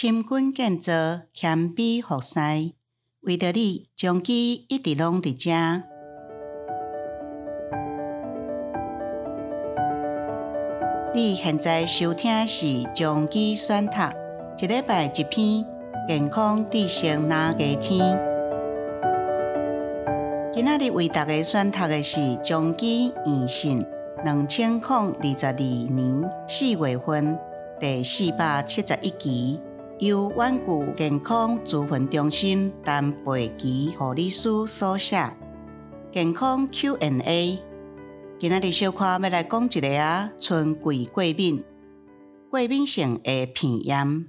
深菌建造，谦卑服侍，为着你，将基一直拢伫遮。你现在收听的是将基选读，一礼拜一篇健康知识哪个天。今仔日为大家选读的是将基验信2022年4月份第471期。由阮固健康咨询中心陈培琪护理师所写健康 Q&A。 今仔日小可要来讲一个春季过敏性的鼻炎。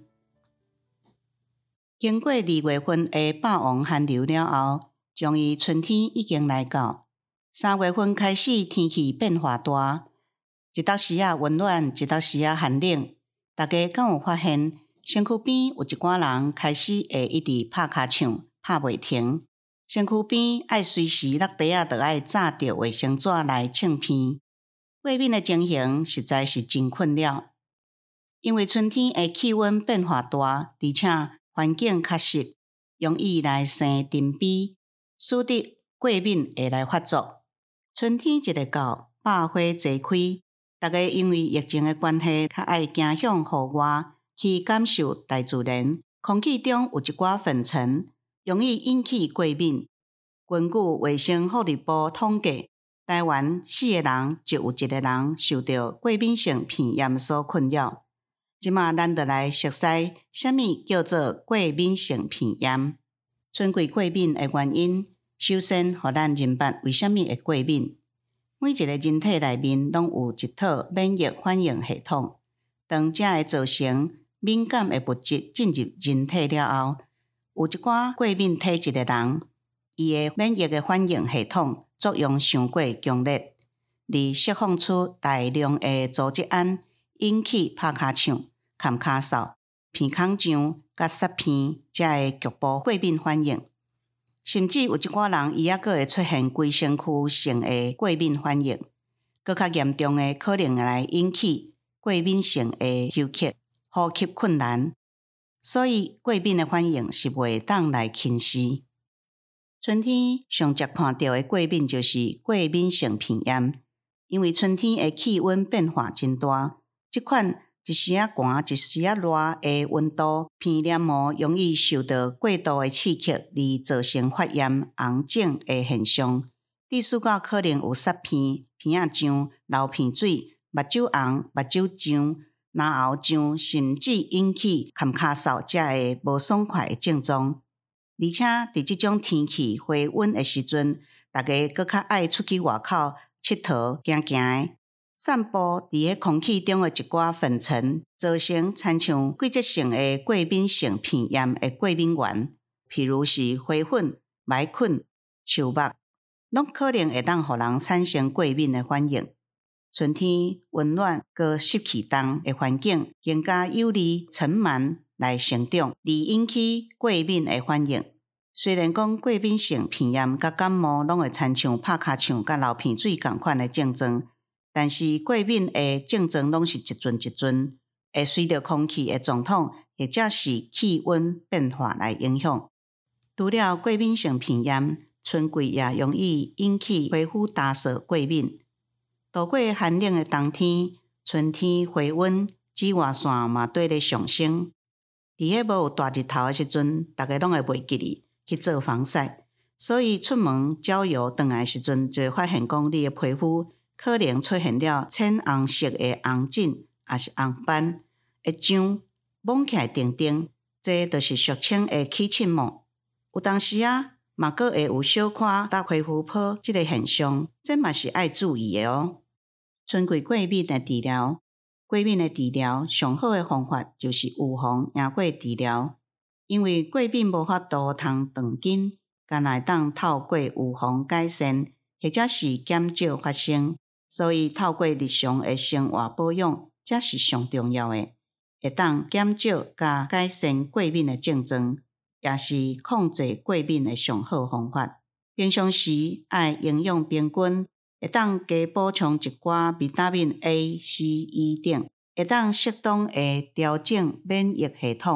经过2月份的霸王寒流了后，终于春天已经来到。3月份开始天气变化大，一到时温暖，一到时寒冷。大家敢有发现？身躯边有一寡人开始会一直拍骹唱，拍袂停。身躯边爱随时落地就爱扎着卫生纸来蹭鼻。过敏的情形实在是真困扰，因为春天的气温变化大，而且环境较湿，容易来生尘鼻，使得过敏会来发作。春天一直到，百花齐开，大家因为疫情的关系，较爱走向户外。去感受大自然，空气中有一寡粉尘，容易引起过敏。根据卫生福利部统计，台湾4个人就有1个人受到过敏性鼻炎所困扰。即马咱就来熟悉什么叫做过敏性鼻炎。春季过敏的原因，首先，互咱认识为什么会过敏。每一个人体内面拢有一套免疫反应系统，当这会造成敏感的物质进入人体了后，有一寡过敏体质的人，伊的免疫的反应系统作用伤过强烈，而释放出大量的组织胺，引起拍骹唱、咳咳嗽、鼻孔痒、甲塞鼻这个局部过敏反应。甚至有一寡人伊还佫会出现规身躯性的过敏反应，佫较严重的可能会来引起过敏性的休克。呼吸困难，所以过敏的反应是袂当来轻视。春天上常看到的过敏就是过敏性鼻炎，因为春天的气温变化真大，这款一时寒一时热的温度，鼻黏膜容易受到过度的刺激，而造成发炎、红肿的现象。致使到可能有塞鼻、鼻痒、流鼻水、目睭红、目睭痒。然后像甚至引起咳咳嗽这个无爽快的症状，而且伫这种天气回温的时阵，大家佫较爱出去外口佚佗、行行的，散步伫迄空气中的一寡粉尘，造成亲像季节性的过敏性鼻炎的过敏源，譬如是花粉、霾菌、树木，拢可能会当互人产生过敏的反应。春天温暖佮湿气重的环境，更加有利尘螨来生长，而引起过敏的反应。虽然讲过敏性鼻炎佮感冒拢会亲像拍骹唱佮流鼻水同款的症状，但是过敏的症状拢是一阵一阵，会随着空气的状况或者是气温变化来影响。除了过敏性鼻炎，春季也容易引起皮肤干燥过敏。度过寒冷的冬天，春天回温，紫外线嘛对咧上升。伫迄无有大日头的时阵，大家拢会袂记哩去做防晒，所以出门郊游回来的时阵，就会发现讲你的皮肤可能出现了浅红色的红疹，也是红斑，会痒，摸起来定定，这就是俗称的起荨膜。有当时嘛佫会有小可大皮肤泡这个现象，这嘛是爱注意的哦。春季过敏的治疗，过敏的治疗上好的方法就是预防赢过治疗，因为过敏无法度通断根，敢若会当透过预防改善，或者是减少发生，所以透过日常的生活保养，这是上重要的，会当减少甲改善过敏的症状，也是控制过敏的上好方法。平常时爱营养平均。会当加补充一寡维他命 A、C、E 等，会当适当地调整免疫系统，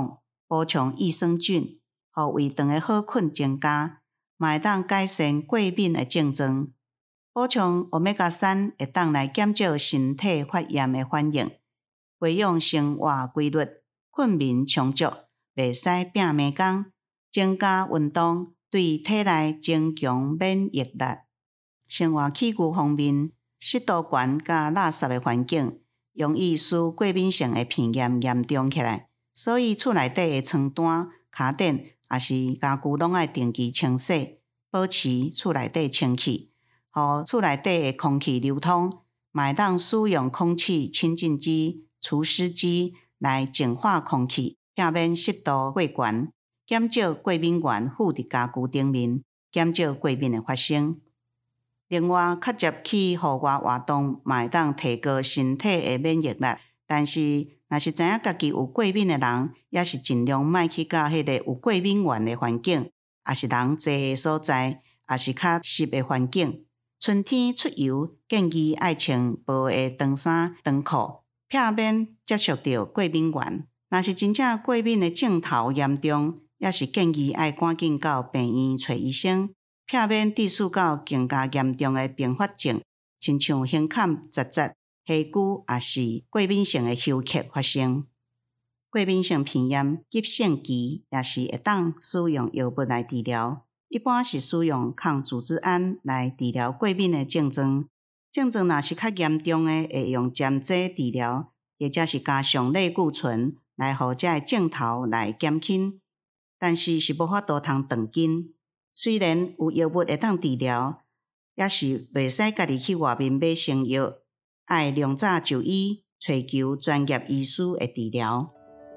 补充益生菌，互胃肠的好菌增加，嘛会当改善过敏的症状。补充 Omega-3 会当来减少身体发炎的反应，培养生活规律，困眠充足，袂使拼暝工，增加运动，对体内增强免疫力。生活起居方面，湿度悬甲垃圾的环境，容易使过敏性的鼻炎严重起来，所以厝内底的床单、卡垫也是家具拢爱定期清洗，保持厝内底清气，互厝内底的空气流通，嘛会当使用空气清净机、除湿机来净化空气，避免湿度过悬，减少过敏源附伫家具顶面，减少过敏的发生。另外，较早起户外活动嘛会当提高身体的免疫力，但是若是知影家己有过敏的人，也是尽量莫去到迄个有过敏源的环境，也是人济的所在，也是较湿的环境。春天出游，建议爱穿薄的长衫、长裤，避免接触到过敏源。若是真正过敏的症头严重，也是建议爱赶紧到病院找医生，避免致使到更加严重的并发症，亲像胸坎扎扎、下肢也是过敏性的休克发生。过敏性鼻炎急性期也是会当使用药物来治疗，一般是使用抗组织胺来治疗过敏的症状。症状若是较严重的，会用针剂治疗，或者是加上类固醇来互这个症头来减轻，但是无法度通断根。虽然有药物会当治疗，也是袂使家己去外面买成药，爱量早就医，寻求专业医师的治疗。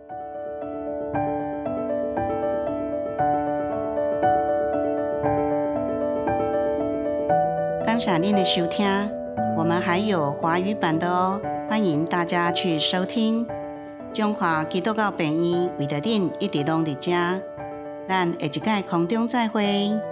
感谢您的收听，我们还有华语版的哦，欢迎大家去收听。中华基督教病院为着恁一直拢伫遮，咱下一届空中再会。